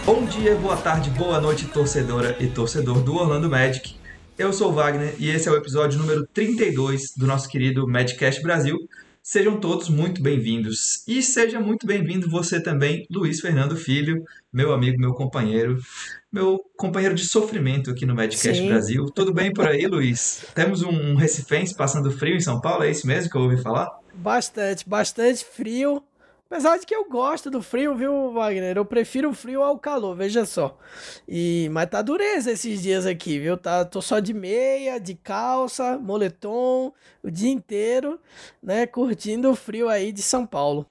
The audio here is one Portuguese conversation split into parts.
Bom dia, boa tarde, boa noite, torcedora e torcedor do Orlando Magic. Eu sou o Wagner e esse é o episódio número 32 do nosso querido Madcast Brasil. Sejam todos muito bem-vindos. E seja muito bem-vindo você também, Luiz Fernando Filho, meu amigo, meu companheiro de sofrimento aqui no Madcast Sim, Brasil. Tudo bem por aí, Luiz? Temos um recifense passando frio em São Paulo, é isso mesmo que eu ouvi falar? bastante frio. Apesar de que eu gosto do frio, viu, Wagner? Eu prefiro o frio ao calor, veja só. Mas tá dureza esses dias aqui, viu? Tô só de meia, de calça, moletom, o dia inteiro, né? Curtindo o frio aí de São Paulo.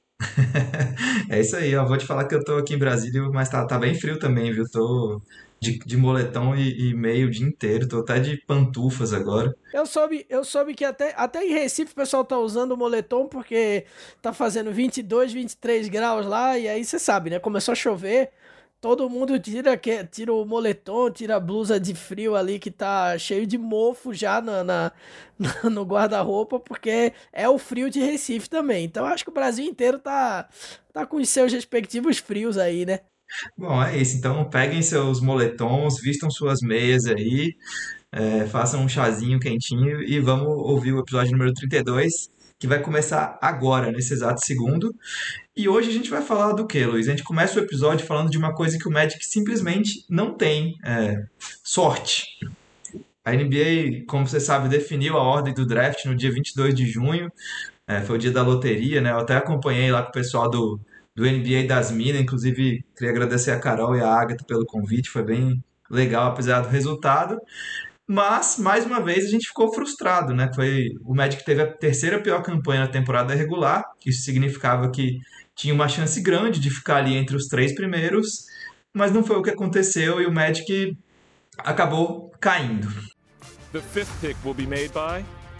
É isso aí, ó. Vou te falar que eu tô aqui em Brasília, mas tá bem frio também, viu? Tô de moletom e meio o dia inteiro, tô até de pantufas agora. Eu soube que até em Recife o pessoal tá usando moletom porque tá fazendo 22, 23 graus lá, e aí você sabe, né? Começou a chover, todo mundo tira o moletom, tira a blusa de frio ali que tá cheio de mofo já no guarda-roupa, porque é o frio de Recife também. Então acho que o Brasil inteiro tá com os seus respectivos frios aí, né? Bom, é isso. Então peguem seus moletons, vistam suas meias aí, façam um chazinho quentinho e vamos ouvir o episódio número 32, que vai começar agora, nesse exato segundo. E hoje a gente vai falar do quê, Luiz? A gente começa o episódio falando de uma coisa que o Magic simplesmente não tem, sorte. A NBA, como você sabe, definiu a ordem do draft no dia 22 de junho. Foi o dia da loteria, né? Eu até acompanhei lá com o pessoal do NBA das Minas. Inclusive, queria agradecer a Carol e a Agatha pelo convite. Foi bem legal, apesar do resultado. Mas, mais uma vez, a gente ficou frustrado, né? O Magic teve a terceira pior campanha na temporada regular. Isso significava que tinha uma chance grande de ficar ali entre os três primeiros. Mas não foi o que aconteceu e o Magic acabou caindo. The fifth pick will be made by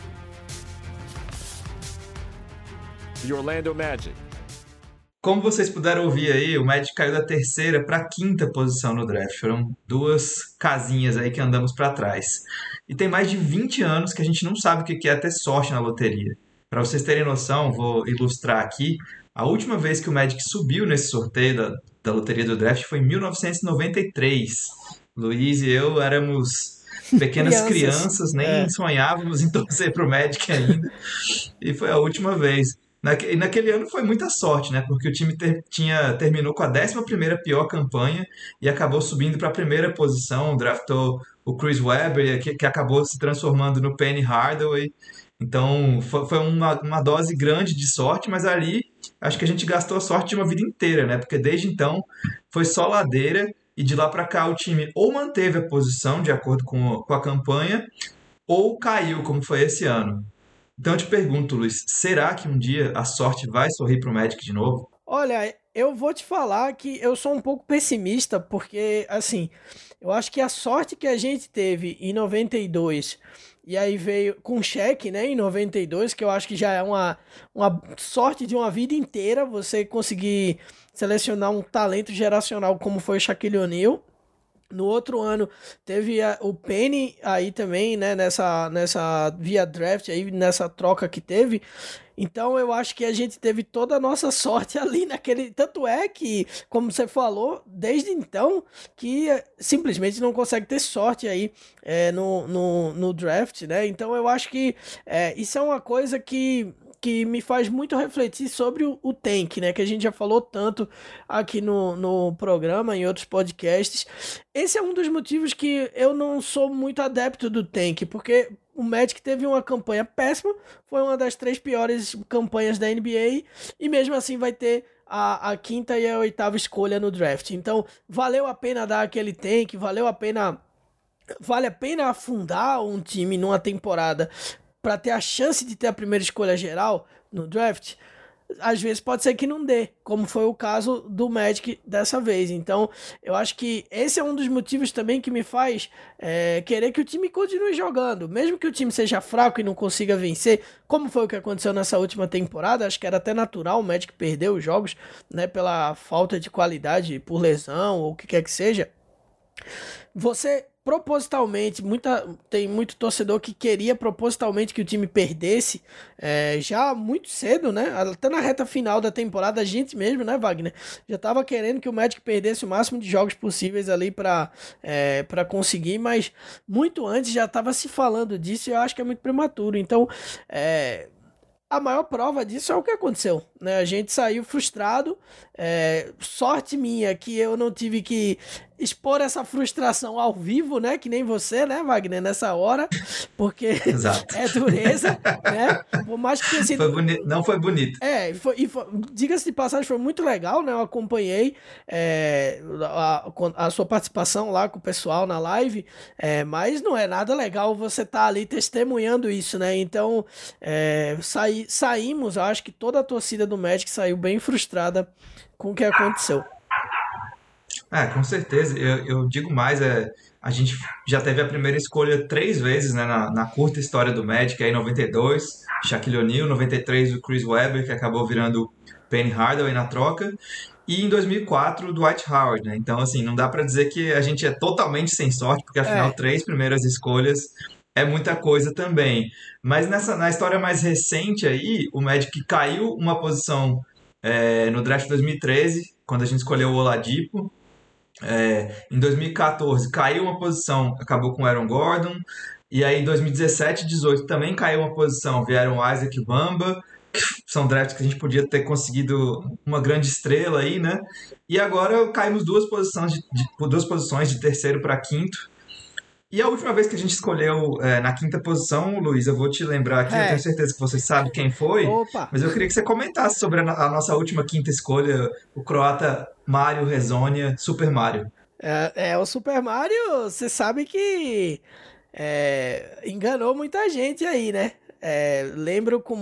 the Orlando Magic. Como vocês puderam ouvir aí, o Magic caiu da terceira para a quinta posição no draft. Foram duas casinhas aí que andamos para trás. E tem mais de 20 anos que a gente não sabe o que é ter sorte na loteria. Para vocês terem noção, vou ilustrar aqui. A última vez que o Magic subiu nesse sorteio da loteria do draft foi em 1993. Luiz e eu éramos pequenas Crianças. crianças, nem É. sonhávamos em torcer para o Magic ainda. E foi a última vez. Naquele ano foi muita sorte, né? Porque o time terminou com a 11ª pior campanha e acabou subindo para a primeira posição, draftou o Chris Webber, que acabou se transformando no Penny Hardaway. Então foi uma dose grande de sorte, mas ali acho que a gente gastou a sorte de uma vida inteira, né? Porque desde então foi só ladeira e de lá para cá o time ou manteve a posição de acordo com a campanha ou caiu, como foi esse ano. Então eu te pergunto, Luiz, será que um dia a sorte vai sorrir pro Magic de novo? Olha, eu vou te falar que eu sou um pouco pessimista, porque, assim, eu acho que a sorte que a gente teve em 92, e aí veio com cheque, né, em 92, que eu acho que já é uma sorte de uma vida inteira você conseguir selecionar um talento geracional como foi o Shaquille O'Neal. No outro ano teve o Penny aí também, né, nessa via draft aí, nessa troca que teve. Então eu acho que a gente teve toda a nossa sorte ali naquele. Tanto é que, como você falou, desde então, que simplesmente não consegue ter sorte aí no draft, né? Então eu acho que isso é uma coisa que me faz muito refletir sobre o tank, né? Que a gente já falou tanto aqui no programa, em outros podcasts. Esse é um dos motivos que eu não sou muito adepto do tank, porque o Magic teve uma campanha péssima, foi uma das três piores campanhas da NBA, e mesmo assim vai ter a quinta e a oitava escolha no draft. Então, valeu a pena dar aquele tank, vale a pena afundar um time numa temporada para ter a chance de ter a primeira escolha geral no draft? Às vezes pode ser que não dê, como foi o caso do Magic dessa vez. Então, eu acho que esse é um dos motivos também que me faz querer que o time continue jogando. Mesmo que o time seja fraco e não consiga vencer, como foi o que aconteceu nessa última temporada, acho que era até natural o Magic perder os jogos, né, pela falta de qualidade, por lesão ou o que quer que seja. Você propositalmente, tem muito torcedor que queria propositalmente que o time perdesse já muito cedo, né? Até na reta final da temporada, a gente mesmo, né, Wagner? Já tava querendo que o Magic perdesse o máximo de jogos possíveis ali para conseguir, mas muito antes já tava se falando disso e eu acho que é muito prematuro. Então, a maior prova disso é o que aconteceu, né? A gente saiu frustrado, sorte minha que eu não tive que expor essa frustração ao vivo, né? Que nem você, né, Wagner, nessa hora, porque Exato. é dureza, né? Por mais que tenha sido... Não foi bonito. Diga-se de passagem, foi muito legal, né? Eu acompanhei a sua participação lá com o pessoal na live, mas não é nada legal você estar ali testemunhando isso, né? Então, saímos, eu acho que toda a torcida do Magic saiu bem frustrada com o que aconteceu. Com certeza. Eu digo mais, a gente já teve a primeira escolha 3 vezes, né, na curta história do Magic, aí em 92, Shaquille O'Neal, 93 o Chris Webber, que acabou virando Penny Hardaway na troca, e em 2004 o Dwight Howard, né? Então, assim, não dá pra dizer que a gente é totalmente sem sorte, porque afinal 3 primeiras escolhas é muita coisa também. Mas na história mais recente aí, o Magic caiu uma posição no draft de 2013, quando a gente escolheu o Oladipo. Em 2014 caiu uma posição, acabou com o Aaron Gordon. E aí em 2017 e 2018 também caiu uma posição, vieram Isaac e Bamba, que são drafts que a gente podia ter conseguido uma grande estrela aí, né? E agora caímos duas posições de terceiro para quinto. E a última vez que a gente escolheu na quinta posição, Luiz, eu vou te lembrar aqui, eu tenho certeza que você sabe quem foi, Opa. mas eu queria que você comentasse sobre a nossa última quinta escolha, o croata Mario Hezonja, Super Mario. O Super Mario, você sabe que enganou muita gente aí, né? Lembro com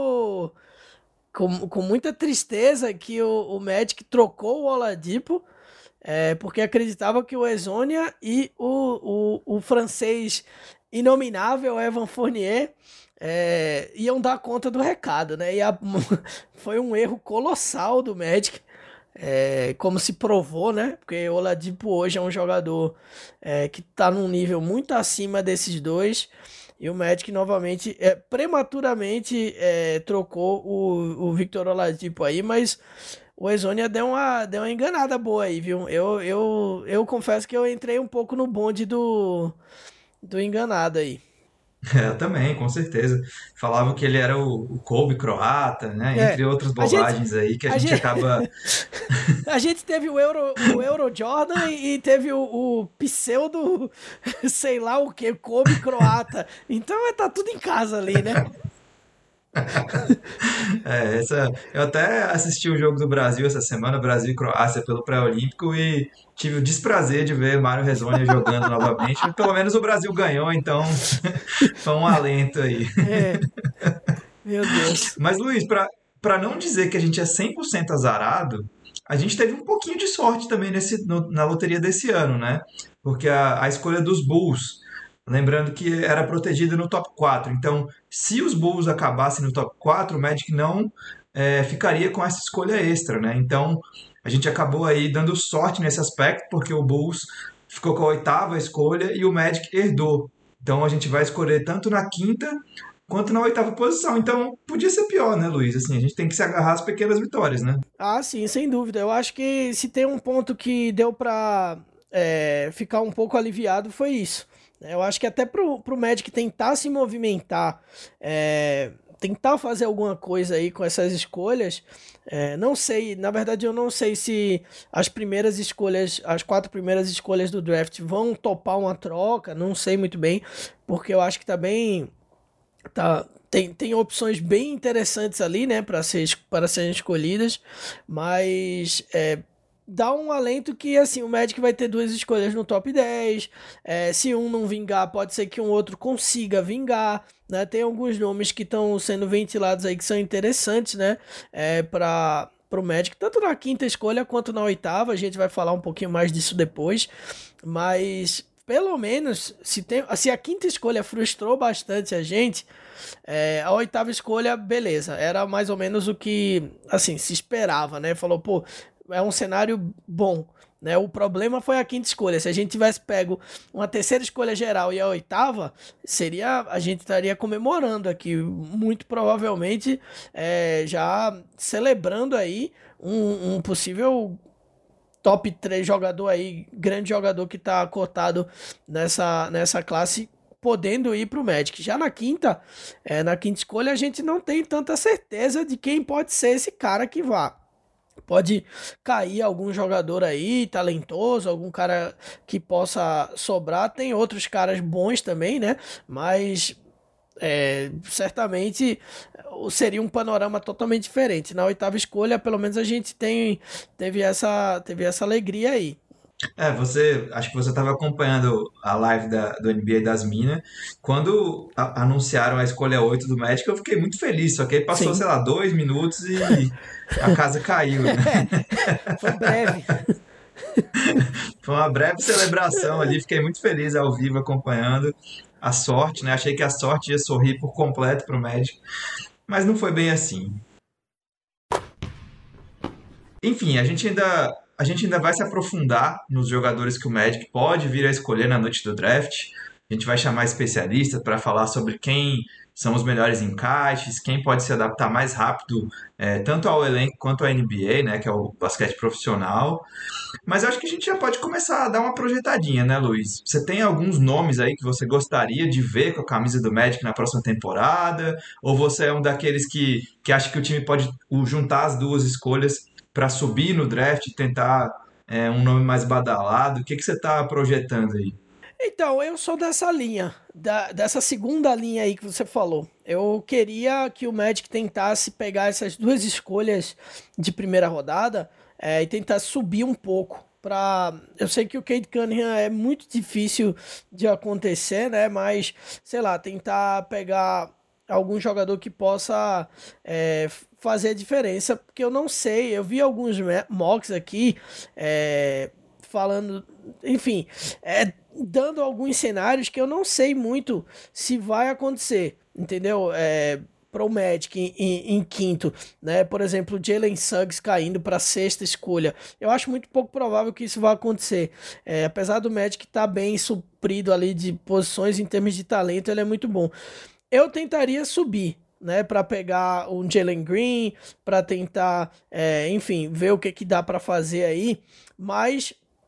muita tristeza que o Magic trocou o Oladipo, porque acreditava que o Hezonja e o francês inominável Evan Fournier iam dar conta do recado, né? Foi um erro colossal do Magic, como se provou, né? Porque o Oladipo hoje é um jogador que tá num nível muito acima desses dois. E o Magic novamente, prematuramente, trocou o Victor Oladipo aí, mas o Hezonja deu uma enganada boa aí, viu? Eu confesso que eu entrei um pouco no bonde do enganado aí. Eu também, com certeza. Falavam que ele era o Kobe croata, né? Entre outras A gente, bobagens aí que a a gente gente, acaba. a gente teve o Euro Jordan e teve o pseudo, sei lá o que, Kobe croata. Então tá tudo em casa ali, né? Eu até assisti o jogo do Brasil essa semana, Brasil e Croácia, pelo pré-olímpico, e tive o desprazer de ver Mário Hezonja jogando novamente. Mas pelo menos o Brasil ganhou, então foi um alento aí. Meu Deus. Mas, Luiz, para não dizer que a gente é 100% azarado, a gente teve um pouquinho de sorte também na loteria desse ano, né? Porque a escolha dos Bulls, lembrando que era protegida no top 4. Então, se os Bulls acabassem no top 4, o Magic não ficaria com essa escolha extra, né? Então, a gente acabou aí dando sorte nesse aspecto, porque o Bulls ficou com a 8ª escolha e o Magic herdou. Então, a gente vai escolher tanto na quinta quanto na 8ª posição. Então, podia ser pior, né, Luiz? Assim, a gente tem que se agarrar às pequenas vitórias, né? Ah, sim, sem dúvida. Eu acho que se tem um ponto que deu pra ficar um pouco aliviado foi isso. Eu acho que até pro Magic tentar se movimentar, tentar fazer alguma coisa aí com essas escolhas, não sei, na verdade eu não sei se as 4 primeiras escolhas do draft vão topar uma troca, não sei muito bem, porque eu acho que tá bem... Tem opções bem interessantes ali, né, para serem escolhidas, mas dá um alento que, assim, o Magic vai ter 2 escolhas no top 10, se um não vingar, pode ser que um outro consiga vingar, né, tem alguns nomes que estão sendo ventilados aí que são interessantes, né, para o Magic, tanto na quinta escolha quanto na 8ª, a gente vai falar um pouquinho mais disso depois, mas... Pelo menos, se a quinta escolha frustrou bastante a gente, a 8ª escolha, beleza, era mais ou menos o que, assim, se esperava, né? Falou, pô, é um cenário bom, né? O problema foi a quinta escolha. Se a gente tivesse pego uma terceira escolha geral e a oitava, a gente estaria comemorando aqui, muito provavelmente já celebrando aí um possível top 3 jogador aí, grande jogador que tá cotado nessa classe, podendo ir pro Magic. Já na quinta escolha, a gente não tem tanta certeza de quem pode ser esse cara que vá. Pode cair algum jogador aí, talentoso, algum cara que possa sobrar. Tem outros caras bons também, né? Mas certamente seria um panorama totalmente diferente. Na oitava escolha, pelo menos a gente teve essa alegria aí. Acho que você estava acompanhando a live do NBA das Minas. Quando anunciaram a escolha 8 do Magic, eu fiquei muito feliz. Só que aí passou, Sim. sei lá, 2 minutos e a casa caiu, né? Foi breve. Foi uma breve celebração ali. Fiquei muito feliz ao vivo acompanhando a sorte, né? Achei que a sorte ia sorrir por completo pro Magic, mas não foi bem assim. Enfim, a gente ainda vai se aprofundar nos jogadores que o Magic pode vir a escolher na noite do draft. A gente vai chamar especialistas para falar sobre quem são os melhores encaixes, quem pode se adaptar mais rápido, tanto ao elenco quanto à NBA, né, que é o basquete profissional. Mas eu acho que a gente já pode começar a dar uma projetadinha, né, Luiz? Você tem alguns nomes aí que você gostaria de ver com a camisa do Magic na próxima temporada? Ou você é um daqueles que acha que o time pode juntar as duas escolhas para subir no draft e tentar um nome mais badalado? O que você está projetando aí? Então, eu sou dessa linha, dessa segunda linha aí que você falou. Eu queria que o Magic tentasse pegar essas duas escolhas de primeira rodada e tentar subir um pouco. Eu sei que o Cade Cunningham é muito difícil de acontecer, né? Mas, sei lá, tentar pegar algum jogador que possa fazer a diferença, porque eu não sei, eu vi alguns mocks aqui falando, enfim, dando alguns cenários que eu não sei muito se vai acontecer, entendeu? Para o Magic em quinto, né? Por exemplo, o Jalen Suggs caindo para sexta escolha. Eu acho muito pouco provável que isso vá acontecer. Apesar do Magic estar bem suprido ali de posições em termos de talento, ele é muito bom. Eu tentaria subir, né, para pegar um Jalen Green, para tentar, enfim, ver o que dá para fazer aí, mas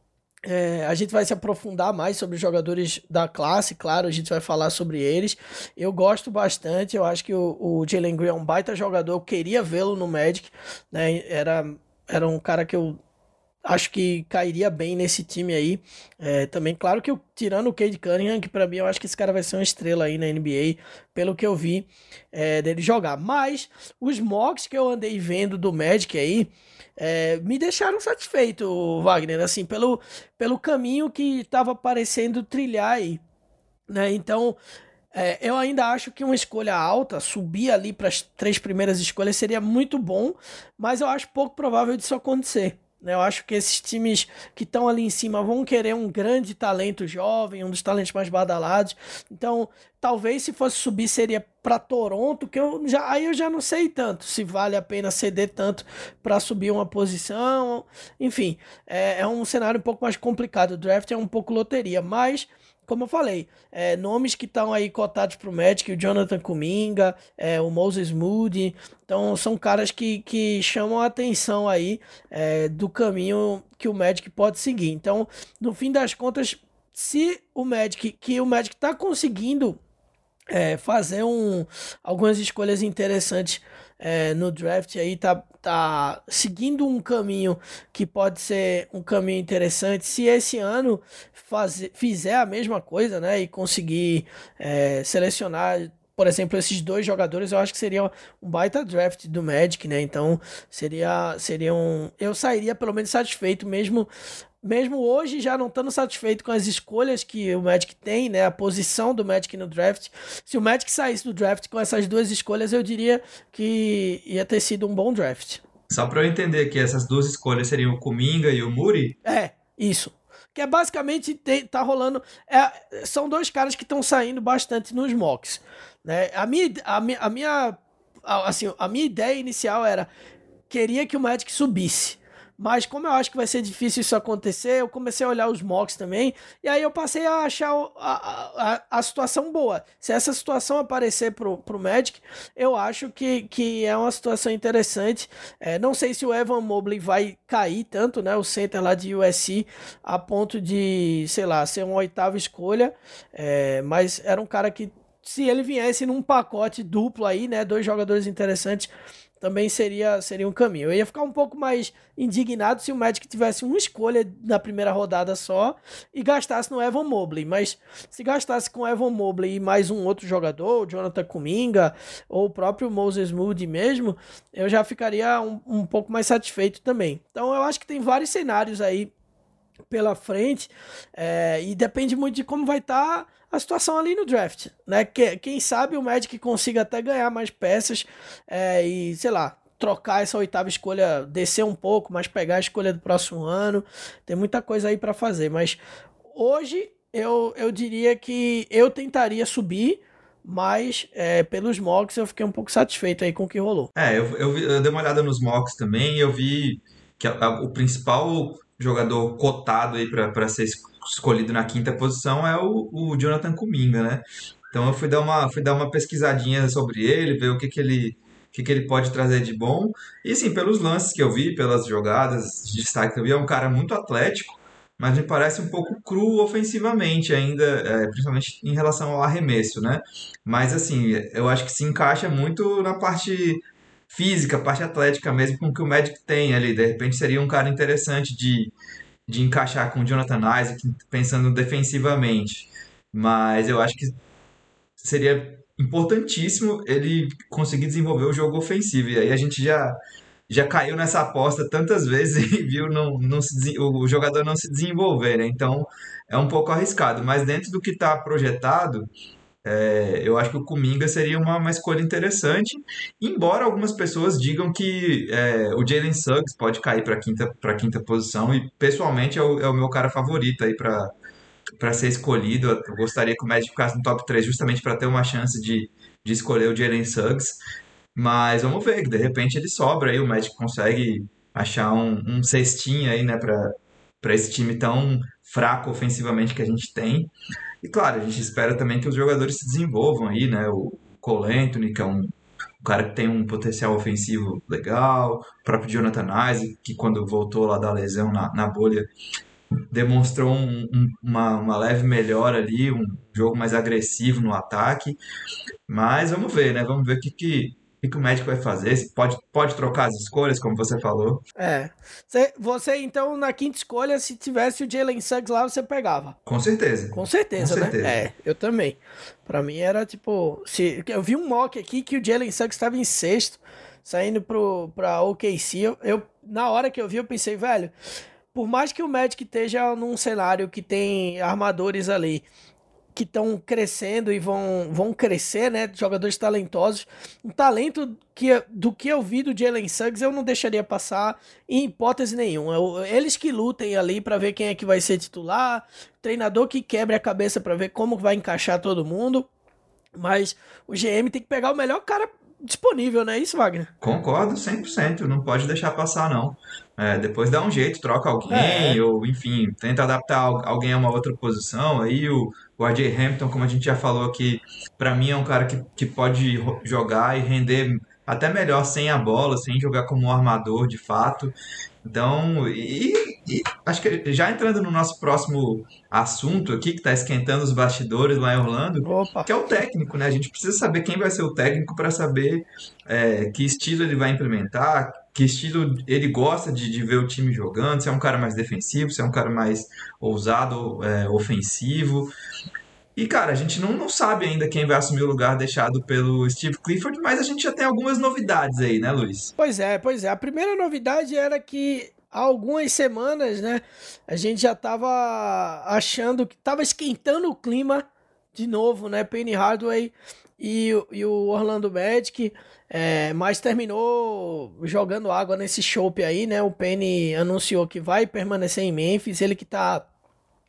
a gente vai se aprofundar mais sobre os jogadores da classe, claro, a gente vai falar sobre eles. Eu gosto bastante, eu acho que o Jalen Green é um baita jogador, eu queria vê-lo no Magic, né? Era um cara que eu acho que cairia bem nesse time aí. Também, claro que tirando o Cade Cunningham, que pra mim eu acho que esse cara vai ser uma estrela aí na NBA, pelo que eu vi dele jogar. Mas os mocks que eu andei vendo do Magic aí, me deixaram satisfeito, Wagner, assim, pelo caminho que estava parecendo trilhar aí, né? Então, eu ainda acho que uma escolha alta, subir ali para as 3 primeiras escolhas seria muito bom, mas eu acho pouco provável disso acontecer. Eu acho que esses times que estão ali em cima vão querer um grande talento jovem, um dos talentos mais badalados. Então, talvez se fosse subir seria para Toronto, que aí eu já não sei tanto se vale a pena ceder tanto para subir uma posição. Enfim, é um cenário um pouco mais complicado. O draft é um pouco loteria, mas como eu falei, nomes que estão aí cotados para o Magic, o Jonathan Kuminga, o Moses Moody, então são caras que chamam a atenção aí do caminho que o Magic pode seguir. Então, no fim das contas, se o Magic está conseguindo fazer algumas escolhas interessantes no draft aí, tá seguindo um caminho que pode ser um caminho interessante. Se esse ano fizer a mesma coisa, né, e conseguir selecionar, por exemplo, esses 2 jogadores, eu acho que seria um baita draft do Magic, né? Então eu sairia pelo menos satisfeito mesmo hoje, já não estando satisfeito com as escolhas que o Magic tem, né, a posição do Magic no draft. Se o Magic saísse do draft com essas 2 escolhas, eu diria que ia ter sido um bom draft. Só para eu entender que essas 2 escolhas seriam o Kuminga e o Moody? Isso. Que é basicamente, tá rolando... são 2 caras que estão saindo bastante nos mocks, né? A minha ideia inicial era, queria que o Magic subisse, Mas como eu acho que vai ser difícil isso acontecer, eu comecei a olhar os mocks também, e aí eu passei a achar a situação boa. Se essa situação aparecer pro Magic, eu acho que é uma situação interessante. Não sei se o Evan Mobley vai cair tanto, né, o center lá de USC, a ponto de, sei lá, ser uma oitava escolha, mas era um cara que, se ele viesse num pacote duplo aí, né, 2 jogadores interessantes, também seria um caminho. Eu ia ficar um pouco mais indignado se o Magic tivesse uma escolha na primeira rodada só e gastasse no Evan Mobley, mas se gastasse com o Evan Mobley e mais um outro jogador, o Jonathan Kuminga ou o próprio Moses Moody mesmo, eu já ficaria um pouco mais satisfeito também. Então eu acho que tem vários cenários aí pela frente, e depende muito de como vai estar a situação ali no draft, né? Quem sabe o Magic consiga até ganhar mais peças, e, sei lá, trocar essa oitava escolha, descer um pouco, mas pegar a escolha do próximo ano. Tem muita coisa aí para fazer, mas hoje eu diria que eu tentaria subir, mas pelos mocks eu fiquei um pouco satisfeito aí com o que rolou. Eu dei uma olhada nos mocks também e eu vi que o principal jogador cotado aí para ser escolhido na quinta posição é o Jonathan Kuminga, né? Então eu fui dar uma pesquisadinha sobre ele, ver o que ele pode trazer de bom. E assim, pelos lances que eu vi, pelas jogadas de destaque que eu vi, é um cara muito atlético, mas me parece um pouco cru ofensivamente ainda, principalmente em relação ao arremesso, né? Mas assim, eu acho que se encaixa muito na parte física, parte atlética mesmo, com o que o Magic tem ali. De repente seria um cara interessante de encaixar com o Jonathan Isaac, pensando defensivamente. Mas eu acho que seria importantíssimo ele conseguir desenvolver o jogo ofensivo. E aí a gente já caiu nessa aposta tantas vezes e viu o jogador não se desenvolver, né? Então é um pouco arriscado. Mas dentro do que está projetado, eu acho que o Kuminga seria uma escolha interessante, embora algumas pessoas digam que o Jalen Suggs pode cair para quinta posição, e pessoalmente é o meu cara favorito aí para ser escolhido. Eu gostaria que o Magic ficasse no top 3 justamente para ter uma chance de escolher o Jalen Suggs, mas vamos ver, que de repente ele sobra aí, o Magic consegue achar um cestinho aí, né, para esse time tão fraco ofensivamente que a gente tem. E claro, a gente espera também que os jogadores se desenvolvam aí, né? O Cole Anthony, que é um cara que tem um potencial ofensivo legal, o próprio Jonathan Isaac, que quando voltou lá da lesão na bolha, demonstrou uma leve melhora ali, um jogo mais agressivo no ataque. Mas vamos ver, né? Vamos ver o que o Magic vai fazer. Se pode trocar as escolhas, como você falou. Você, então, na quinta escolha, se tivesse o Jalen Suggs lá, você pegava. Com certeza. Com certeza, Com certeza. né? Eu também. Pra mim era tipo... eu vi um mock aqui que o Jalen Suggs estava em sexto, saindo pra OKC. Na hora que eu vi, eu pensei, velho, por mais que o Magic esteja num cenário que tem armadores ali que estão crescendo e vão crescer, né? Jogadores talentosos. Um talento do que eu vi do Jalen Suggs, eu não deixaria passar em hipótese nenhuma. Eles que lutem ali para ver quem é que vai ser titular, treinador que quebre a cabeça para ver como vai encaixar todo mundo. Mas o GM tem que pegar o melhor cara disponível, não é isso, Wagner? Concordo 100%, não pode deixar passar, não. Depois dá um jeito, troca alguém, ou enfim, tenta adaptar alguém a uma outra posição. Aí o R.J. Hampton, como a gente já falou aqui, para mim é um cara que pode jogar e render até melhor sem a bola, sem jogar como um armador de fato. Então, acho que já entrando no nosso próximo assunto aqui, que está esquentando os bastidores lá em Orlando, Opa. que é o técnico, né? A gente precisa saber quem vai ser o técnico para saber que estilo ele vai implementar, que estilo ele gosta de ver o time jogando, se é um cara mais defensivo, se é um cara mais ousado, ofensivo. E, cara, a gente não sabe ainda quem vai assumir o lugar deixado pelo Steve Clifford, mas a gente já tem algumas novidades aí, né, Luiz? Pois é. A primeira novidade era que há algumas semanas, né, a gente já tava achando que tava esquentando o clima de novo, né, Penny Hardaway e o Orlando Magic, mas terminou jogando água nesse chope aí, né, o Penny anunciou que vai permanecer em Memphis, ele que tá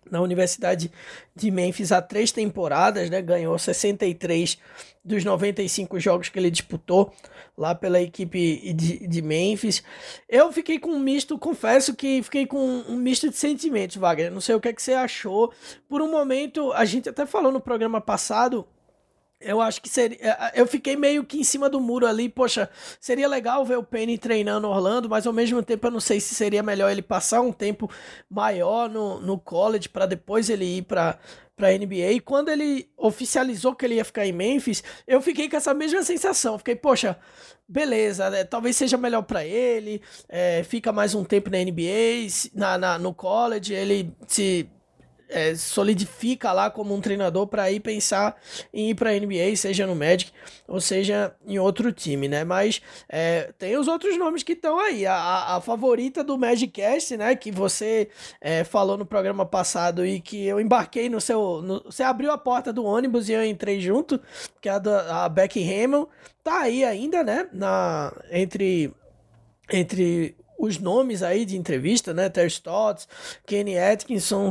na Universidade de Memphis há 3 temporadas, né? Ganhou 63 dos 95 jogos que ele disputou lá pela equipe de Memphis. Eu fiquei com um misto, confesso que fiquei com um misto de sentimentos, Wagner. Não sei o que é que você achou. Por um momento, a gente até falou no programa passado, eu acho que seria. Eu fiquei meio que em cima do muro ali. Poxa, seria legal ver o Penny treinando Orlando, mas ao mesmo tempo eu não sei se seria melhor ele passar um tempo maior no college para depois ele ir para NBA. E quando ele oficializou que ele ia ficar em Memphis, eu fiquei com essa mesma sensação. Fiquei, poxa, beleza, né? Talvez seja melhor para ele. Fica mais um tempo na NBA, no college, ele se solidifica lá como um treinador para ir pensar em ir para a NBA, seja no Magic ou seja em outro time, né? Mas tem os outros nomes que estão aí. A favorita do Magicast, né? Que você falou no programa passado e que eu embarquei no seu... você abriu a porta do ônibus e eu entrei junto, que é a Becky Hammon. Tá aí ainda, né? Entre os nomes aí de entrevista, né? Terry Stotts, Kenny Atkinson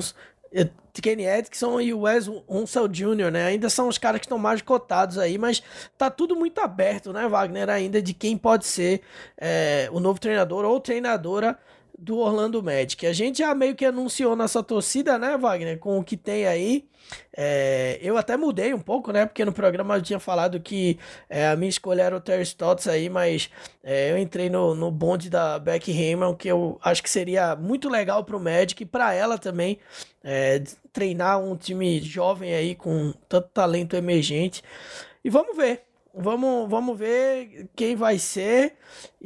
e o Wes Unseld Jr., né? Ainda são os caras que estão mais cotados aí, mas tá tudo muito aberto, né, Wagner, ainda de quem pode ser o novo treinador ou treinadora do Orlando Magic. A gente já meio que anunciou nossa torcida, né, Wagner, com o que tem aí. Eu até mudei um pouco, né, porque no programa eu tinha falado que a minha escolha era o Terry Stotts aí, mas eu entrei no bonde da Becky Hammon, que eu acho que seria muito legal pro Magic e pra ela também, treinar um time jovem aí com tanto talento emergente. E vamos ver. Vamos ver quem vai ser,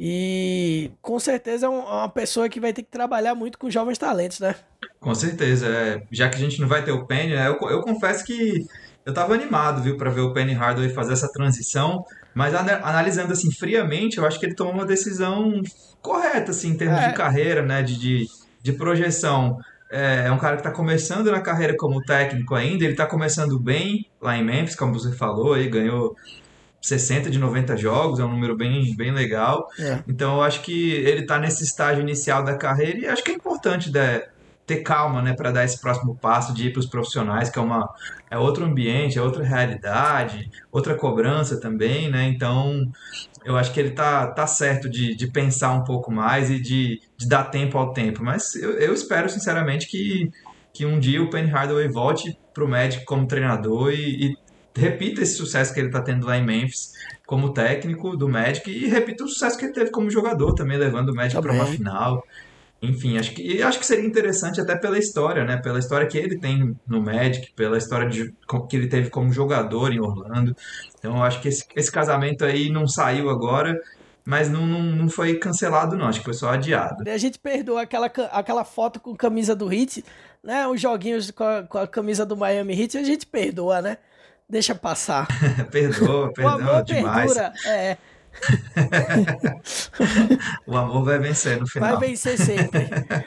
e com certeza é uma pessoa que vai ter que trabalhar muito com jovens talentos, né? Com certeza. Já que a gente não vai ter o Penny, né, eu confesso que eu tava animado, viu, para ver o Penny Hardaway fazer essa transição, mas analisando assim friamente, eu acho que ele tomou uma decisão correta, assim, em termos de carreira, né, de projeção. É um cara que está começando na carreira como técnico ainda, ele está começando bem lá em Memphis, como você falou, aí ganhou 60 de 90 jogos, é um número bem, bem legal. Então eu acho que ele está nesse estágio inicial da carreira e acho que é importante ter calma, né, para dar esse próximo passo de ir para os profissionais, que é outro ambiente, é outra realidade, outra cobrança também, né? Então eu acho que ele tá certo de pensar um pouco mais e de dar tempo ao tempo. Mas eu espero sinceramente que um dia o Penny Hardaway volte para o Magic como treinador e repita esse sucesso que ele está tendo lá em Memphis como técnico do Magic e repita o sucesso que ele teve como jogador também, levando o Magic para uma final. Enfim, acho que seria interessante até pela história, né? Pela história que ele tem no Magic, pela história que ele teve como jogador em Orlando. Então, eu acho que esse casamento aí não saiu agora, mas não foi cancelado, não. Acho que foi só adiado. A gente perdoa aquela foto com camisa do Heat, né? Os joguinhos com a camisa do Miami Heat, a gente perdoa, né? Deixa passar. Perdoa O amor demais. Perdura, O amor vai vencer no final. Vai vencer sempre.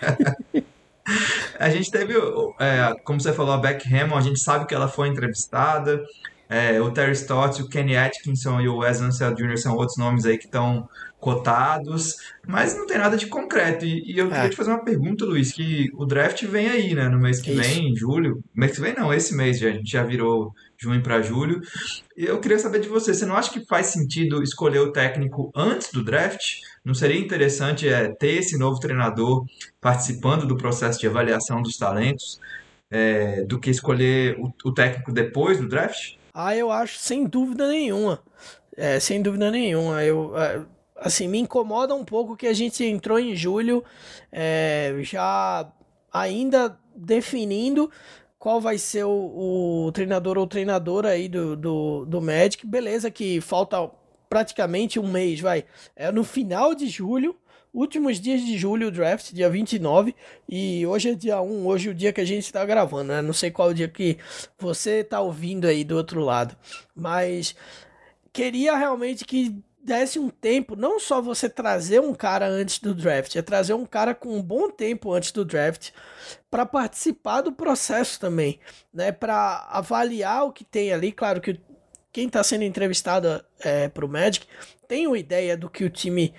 A gente teve, como você falou, a Beck Hammon, a gente sabe que ela foi entrevistada. O Terry Stotts, o Kenny Atkinson e o Wes Unseld Jr. são outros nomes aí que estão cotados, mas não tem nada de concreto. E eu queria te fazer uma pergunta, Luiz, que o draft vem aí, né? No mês que vem, em julho. Mês que vem não, esse mês já, a gente já virou junho para julho. E eu queria saber de você não acha que faz sentido escolher o técnico antes do draft? Não seria interessante ter esse novo treinador participando do processo de avaliação dos talentos, do que escolher o técnico depois do draft? Eu acho, sem dúvida nenhuma. Sem dúvida nenhuma. Assim, me incomoda um pouco que a gente entrou em julho já ainda definindo qual vai ser o treinador ou treinadora aí do Magic. Beleza que falta praticamente um mês, vai. No final de julho, últimos dias de julho, o draft, dia 29, e hoje é dia 1, hoje é o dia que a gente está gravando, né? Não sei qual o dia que você está ouvindo aí do outro lado, mas queria realmente que desse um tempo, não só você trazer um cara antes do draft, trazer um cara com um bom tempo antes do draft para participar do processo também, né? Para avaliar o que tem ali. Claro que quem está sendo entrevistado para o Magic tem uma ideia do que o time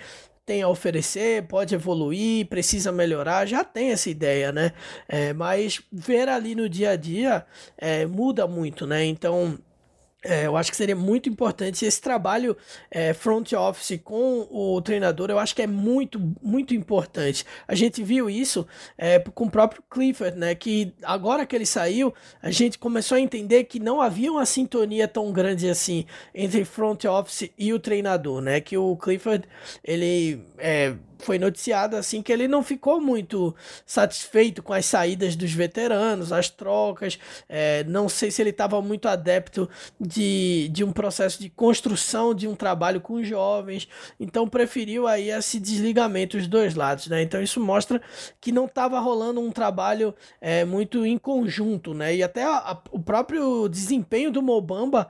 tem a oferecer, pode evoluir, precisa melhorar, já tem essa ideia, né? Mas ver ali no dia a dia muda muito, né? Então, eu acho que seria muito importante esse trabalho front office com o treinador. Eu acho que é muito, muito importante. A gente viu isso com o próprio Clifford, né? Que agora que ele saiu, a gente começou a entender que não havia uma sintonia tão grande assim entre front office e o treinador, né? Que o Clifford, ele foi noticiado assim que ele não ficou muito satisfeito com as saídas dos veteranos, as trocas. Não sei se ele estava muito adepto de um processo de construção de um trabalho com jovens, então preferiu aí esse desligamento dos dois lados, né? Então isso mostra que não estava rolando um trabalho muito em conjunto, né? E até o próprio desempenho do Mo Bamba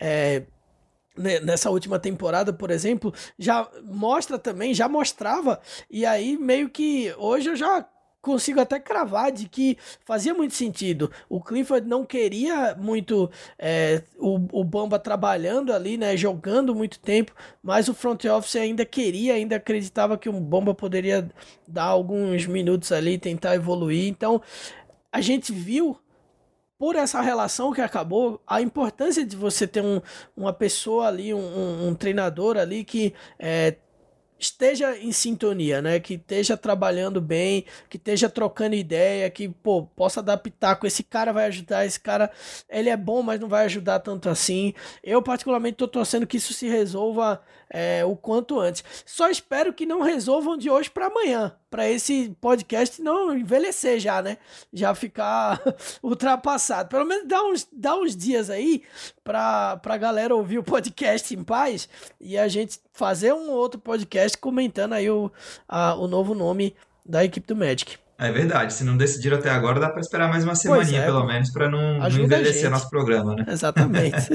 nessa última temporada, por exemplo, já mostrava, e aí meio que hoje eu já consigo até cravar de que fazia muito sentido. O Clifford não queria muito o Bamba trabalhando ali, né, jogando muito tempo, mas o front office ainda acreditava que o Bamba poderia dar alguns minutos ali, tentar evoluir. Então, a gente viu por essa relação que acabou, a importância de você ter uma pessoa ali, um treinador ali que esteja em sintonia, né? Que esteja trabalhando bem, que esteja trocando ideia, que, possa adaptar com esse cara, vai ajudar, esse cara, ele é bom, mas não vai ajudar tanto assim. Eu, particularmente, tô torcendo que isso se resolva o quanto antes. Só espero que não resolvam de hoje para amanhã, para esse podcast não envelhecer já, né? Já ficar ultrapassado. Pelo menos dá uns dias aí pra galera ouvir o podcast em paz e a gente fazer um outro podcast comentando aí o novo nome da equipe do Magic. É verdade, se não decidiram até agora, dá para esperar mais uma semaninha, pelo menos, para não envelhecer nosso programa, né? Exatamente.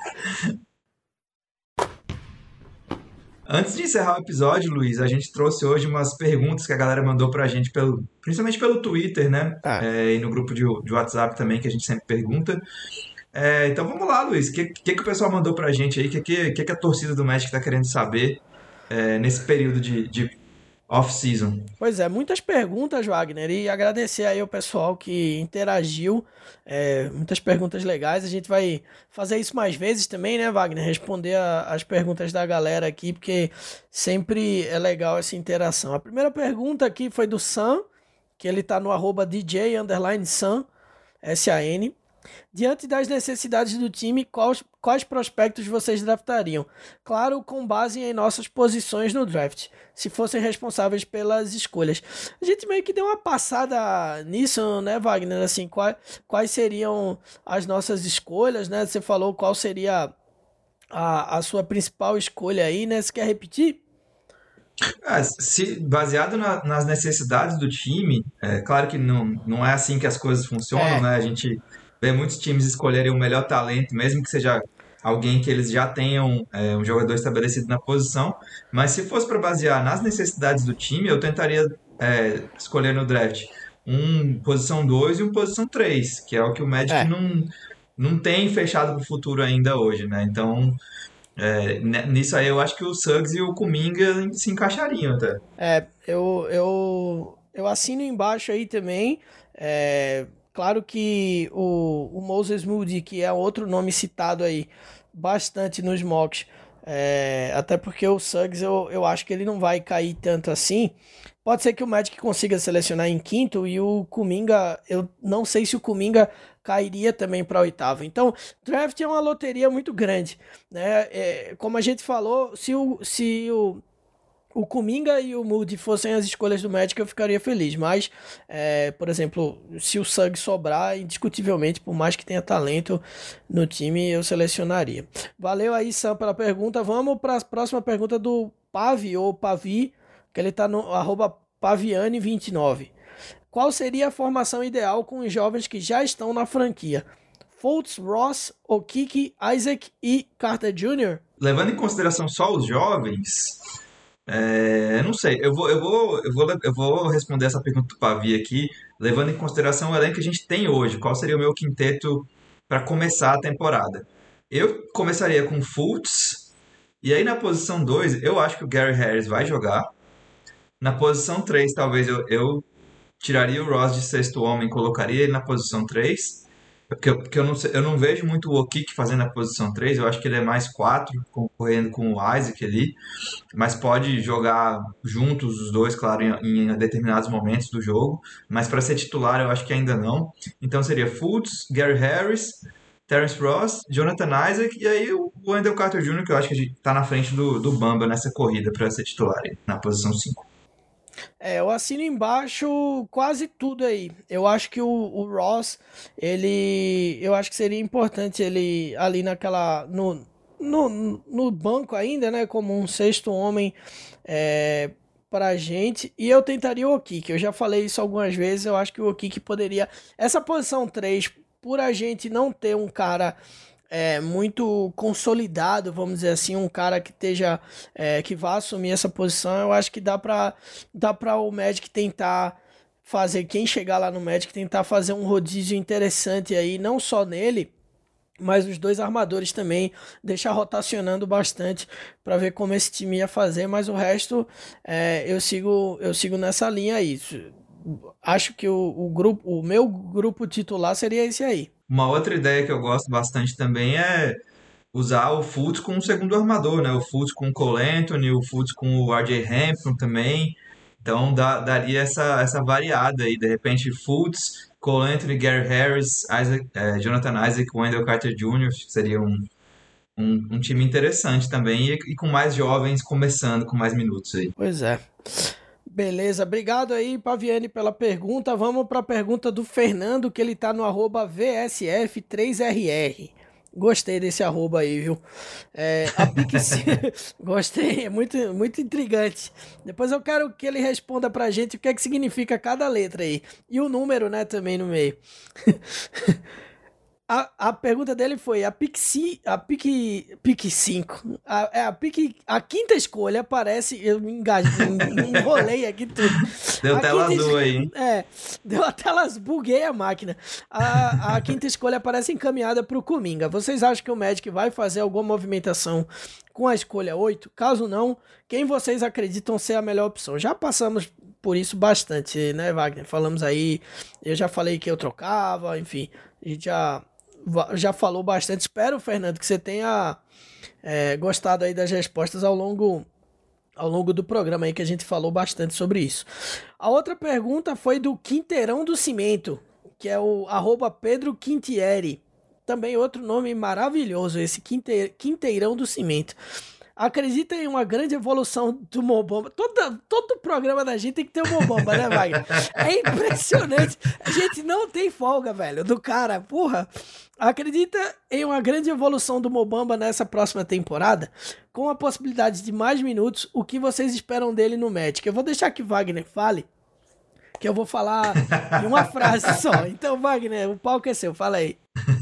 Antes de encerrar o episódio, Luiz, a gente trouxe hoje umas perguntas que a galera mandou pra gente, principalmente pelo Twitter, né? E no grupo de WhatsApp também, que a gente sempre pergunta. Então vamos lá, Luiz. O que o pessoal mandou pra gente aí? O que a torcida do Magic tá querendo saber nesse período de off-season? Pois é, muitas perguntas, Wagner, e agradecer aí o pessoal que interagiu, muitas perguntas legais. A gente vai fazer isso mais vezes também, né, Wagner? Responder as perguntas da galera aqui, porque sempre é legal essa interação. A primeira pergunta aqui foi do Sam, que ele tá no @DJ_Sam, SAN. Diante das necessidades do time, quais prospectos vocês draftariam? Claro, com base em nossas posições no draft, se fossem responsáveis pelas escolhas. A gente meio que deu uma passada nisso, né, Wagner? Assim, quais seriam as nossas escolhas, né? Você falou qual seria a sua principal escolha aí, né? Você quer repetir? Baseado nas necessidades do time, claro que não é assim que as coisas funcionam, né? A gente vê muitos times escolherem o melhor talento, mesmo que seja alguém que eles já tenham um jogador estabelecido na posição, mas se fosse para basear nas necessidades do time, eu tentaria escolher no draft posição 2 e posição 3, que é o que o Magic não tem fechado para o futuro ainda hoje, né? Então, nisso aí eu acho que o Suggs e o Kuminga se encaixariam até. Eu assino embaixo aí também. Claro que o Moses Moody, que é outro nome citado aí bastante nos mocks, até porque o Suggs eu acho que ele não vai cair tanto assim. Pode ser que o Magic consiga selecionar em quinto e o Kuminga, eu não sei se o Kuminga cairia também para oitavo. Então, draft é uma loteria muito grande, né? Como a gente falou, se o Kuminga e o Moody fossem as escolhas do Magic, eu ficaria feliz. Mas, por exemplo, se o Suggs sobrar, indiscutivelmente, por mais que tenha talento no time, eu selecionaria. Valeu aí, Sam, pela pergunta. Vamos para a próxima pergunta do Pavi, ou Pavi, que ele está no @Paviani29. Qual seria a formação ideal com os jovens que já estão na franquia? Fultz, Ross, Okiki, Isaac e Carter Jr.? Levando em consideração só os jovens... não sei, eu vou responder essa pergunta do Pavi aqui, levando em consideração o elenco que a gente tem hoje. Qual seria o meu quinteto para começar a temporada? Eu começaria com Fultz, e aí na posição 2, eu acho que o Gary Harris vai jogar. Na posição 3 talvez eu tiraria o Ross de sexto homem, colocaria ele na posição 3. Porque eu não, eu não vejo muito o Okik fazendo a posição 3. Eu acho que ele é mais 4 concorrendo com o Isaac ali. Mas pode jogar juntos os dois, claro, em determinados momentos do jogo. Mas para ser titular, eu acho que ainda não. Então seria Fultz, Gary Harris, Terrence Ross, Jonathan Isaac e aí o Wendell Carter Jr., que eu acho que a gente tá na frente do Bamba nessa corrida para ser titular aí, na posição 5. Eu assino embaixo quase tudo aí. Eu acho que o Ross, eu acho que seria importante ele ali no banco ainda, né, como um sexto homem pra gente. E eu tentaria o Okik. Eu já falei isso algumas vezes. Eu acho que o Okik poderia. Essa posição 3 por a gente não ter um cara muito consolidado, vamos dizer assim, um cara que esteja que vá assumir essa posição, eu acho que dá para o Magic tentar fazer, quem chegar lá no Magic, tentar fazer um rodízio interessante aí, não só nele, mas os dois armadores também, deixar rotacionando bastante para ver como esse time ia fazer, mas o resto eu sigo nessa linha aí. Acho que o meu grupo titular seria esse aí. Uma outra ideia que eu gosto bastante também é usar o Fultz com o segundo armador, né? O Fultz com o Cole Anthony, o Fultz com o R.J. Hampton também. Então daria essa variada aí. De repente, Fultz, Cole Anthony, Gary Harris, Jonathan Isaac, Wendell Carter Jr. Acho que seria um time interessante também e com mais jovens começando com mais minutos aí. Pois é. Beleza, obrigado aí, Paviani, pela pergunta. Vamos para a pergunta do Fernando, que ele tá no @VSF3RR. Gostei desse arroba aí, viu? A Pix... Gostei, é muito, muito intrigante. Depois eu quero que ele responda pra gente o que é que significa cada letra aí. E o número, né, também no meio. A pergunta dele foi: a pique 5, a quinta escolha parece. Eu me enrolei aqui tudo. Deu tela azul aí, hein? Deu a tela, buguei a máquina. A quinta escolha parece encaminhada para o Kuminga. Vocês acham que o Magic vai fazer alguma movimentação com a escolha 8? Caso não, quem vocês acreditam ser a melhor opção? Já passamos por isso bastante, né, Wagner? Falamos aí, eu já falei que eu trocava, enfim, a gente já falou bastante. Espero, Fernando, que você tenha gostado aí das respostas ao longo do programa aí, que a gente falou bastante sobre isso. A outra pergunta foi do Quinteirão do Cimento, que é o @Pedro Quintieri. Também outro nome maravilhoso, esse Quinteirão do Cimento. Acredita em uma grande evolução do Mobamba. Todo programa da gente tem que ter um Mobamba, né, Wagner? É impressionante. A gente não tem folga, velho, do cara. Porra. Acredita em uma grande evolução do Mobamba nessa próxima temporada? Com a possibilidade de mais minutos, o que vocês esperam dele no Magic? Eu vou deixar que Wagner fale, que eu vou falar em uma frase só. Então, Wagner, o palco é seu. Fala aí.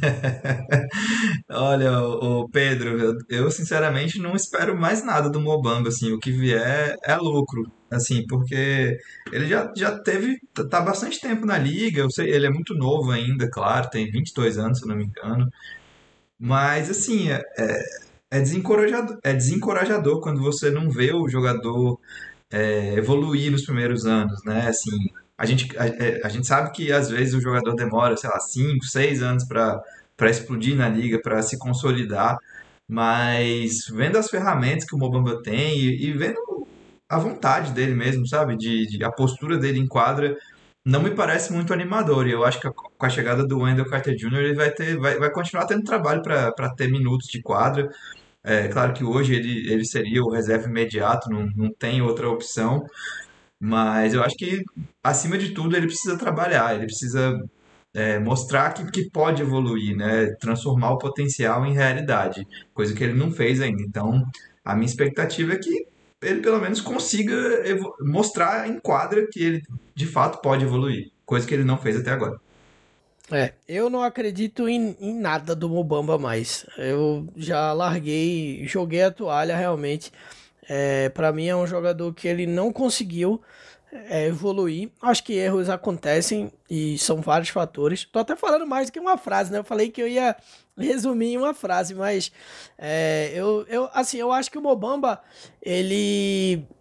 Olha, o Pedro, eu sinceramente não espero mais nada do Mobamba, assim, o que vier é lucro, assim, porque ele já teve, tá há bastante tempo na liga, eu sei, ele é muito novo ainda, claro, tem 22 anos, se eu não me engano, mas, assim, é desencorajador quando você não vê o jogador evoluir nos primeiros anos, né, assim, a gente sabe que às vezes o jogador demora, sei lá, 5, 6 anos para explodir na liga, para se consolidar, mas vendo as ferramentas que o Mobamba tem e vendo a vontade dele mesmo, sabe, a postura dele em quadra, não me parece muito animador. E eu acho que com a chegada do Wendell Carter Jr. ele vai continuar tendo trabalho para ter minutos de quadra. É claro que hoje ele seria o reserva imediato, não tem outra opção, mas eu acho que, acima de tudo, ele precisa trabalhar, ele precisa mostrar que pode evoluir, né? Transformar o potencial em realidade, coisa que ele não fez ainda. Então, a minha expectativa é que ele pelo menos consiga mostrar em quadra que ele de fato pode evoluir, coisa que ele não fez até agora. Eu não acredito em nada do Mobamba mais. Eu já larguei, joguei a toalha realmente. Para mim é um jogador que ele não conseguiu evoluir. Acho que erros acontecem e são vários fatores. Tô até falando mais do que uma frase, né? Eu falei que eu ia resumir em uma frase, mas assim, eu acho que o Mobamba, ele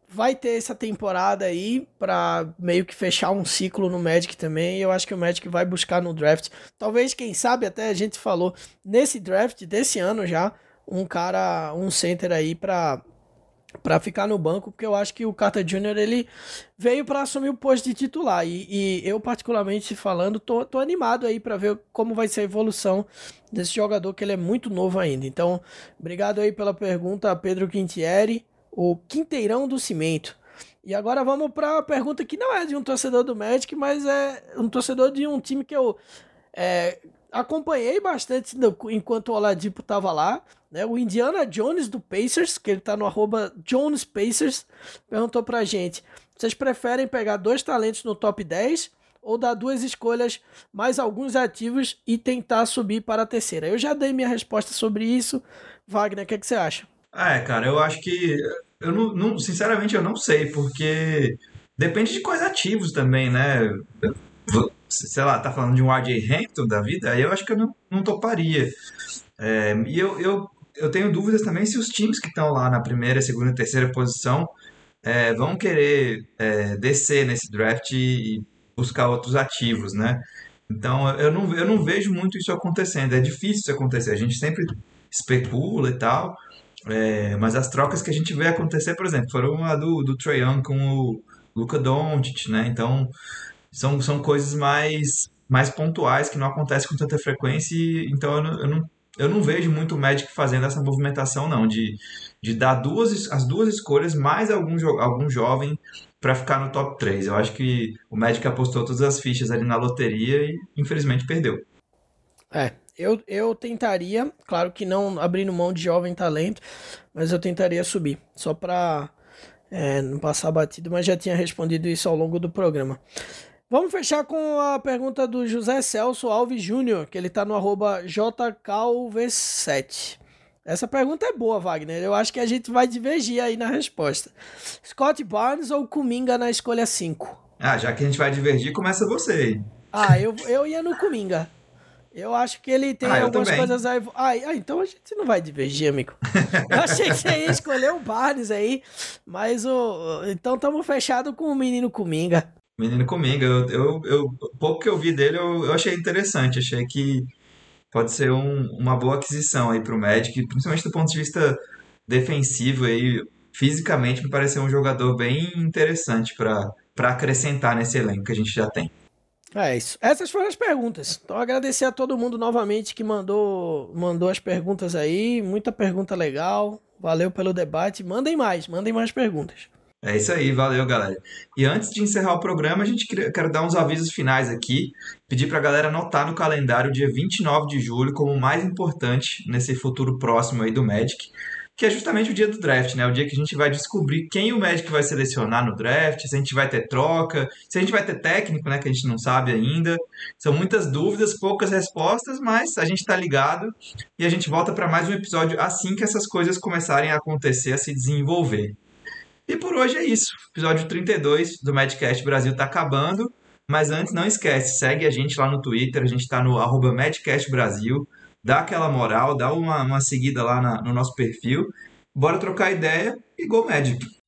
vai ter essa temporada aí pra meio que fechar um ciclo no Magic também. E eu acho que o Magic vai buscar no draft. Talvez, quem sabe, até a gente falou nesse draft desse ano já, um center aí pra ficar no banco, porque eu acho que o Carter Jr. ele veio pra assumir o posto de titular. E eu, particularmente falando, tô animado aí pra ver como vai ser a evolução desse jogador, que ele é muito novo ainda. Então, obrigado aí pela pergunta, Pedro Quintieri, o Quinteirão do Cimento. E agora vamos para a pergunta que não é de um torcedor do Magic, mas é um torcedor de um time que eu acompanhei bastante enquanto o Oladipo estava lá, né? O Indiana Jones do Pacers, que ele está no @JonesPacers, perguntou pra gente: vocês preferem pegar 2 talentos no top 10 ou dar 2 escolhas mais alguns ativos e tentar subir para a terceira? Eu já dei minha resposta sobre isso. Wagner, o que você acha? Cara, eu acho que. Eu sinceramente, eu não sei, porque depende de quais ativos também, né? Sei lá, tá falando de um R.J. Hampton da vida, aí eu acho que eu não toparia. E eu tenho dúvidas também se os times que estão lá na primeira, segunda e terceira posição vão querer descer nesse draft e buscar outros ativos, né? Então eu não vejo muito isso acontecendo. É difícil isso acontecer. A gente sempre especula e tal, mas as trocas que a gente vê acontecer, por exemplo, foram a do Trae Young com o Luka Doncic, né? Então são coisas mais pontuais que não acontecem com tanta frequência. Então eu não vejo muito o Magic fazendo essa movimentação, não, de dar as duas escolhas mais algum jovem para ficar no top 3. Eu acho que o Magic apostou todas as fichas ali na loteria e infelizmente perdeu. Eu tentaria, claro que não abrindo mão de jovem talento, mas eu tentaria subir, só para não passar batido, mas já tinha respondido isso ao longo do programa. Vamos fechar com a pergunta do José Celso Alves Júnior, que ele tá no @jcalves7. Essa pergunta é boa, Wagner. Eu acho que a gente vai divergir aí na resposta. Scott Barnes ou Kuminga na escolha 5? Já que a gente vai divergir, começa você aí. Eu ia no Kuminga. Eu acho que ele tem Eu algumas também. coisas aí. Então a gente não vai divergir, amigo. Eu achei que você ia escolher o Barnes aí, mas então estamos fechados com o menino Kuminga. Menino comigo, o pouco que eu vi dele eu achei interessante, achei que pode ser uma boa aquisição aí pro Magic, principalmente do ponto de vista defensivo aí, fisicamente me pareceu um jogador bem interessante para acrescentar nesse elenco que a gente já tem. É isso. Essas foram as perguntas. Então agradecer a todo mundo novamente que mandou as perguntas aí, muita pergunta legal. Valeu pelo debate. Mandem mais perguntas. É isso aí, valeu, galera. E antes de encerrar o programa, quero dar uns avisos finais aqui. Pedir pra galera anotar no calendário o dia 29 de julho como o mais importante nesse futuro próximo aí do Magic, que é justamente o dia do draft, né? O dia que a gente vai descobrir quem o Magic vai selecionar no draft, se a gente vai ter troca, se a gente vai ter técnico, né? Que a gente não sabe ainda. São muitas dúvidas, poucas respostas, mas a gente tá ligado e a gente volta para mais um episódio assim que essas coisas começarem a acontecer, a se desenvolver. E por hoje é isso. O episódio 32 do Madcast Brasil está acabando. Mas antes, não esquece, segue a gente lá no Twitter. A gente está no @Madcast Brasil. Dá aquela moral, dá uma seguida lá no nosso perfil. Bora trocar ideia e Go Magic!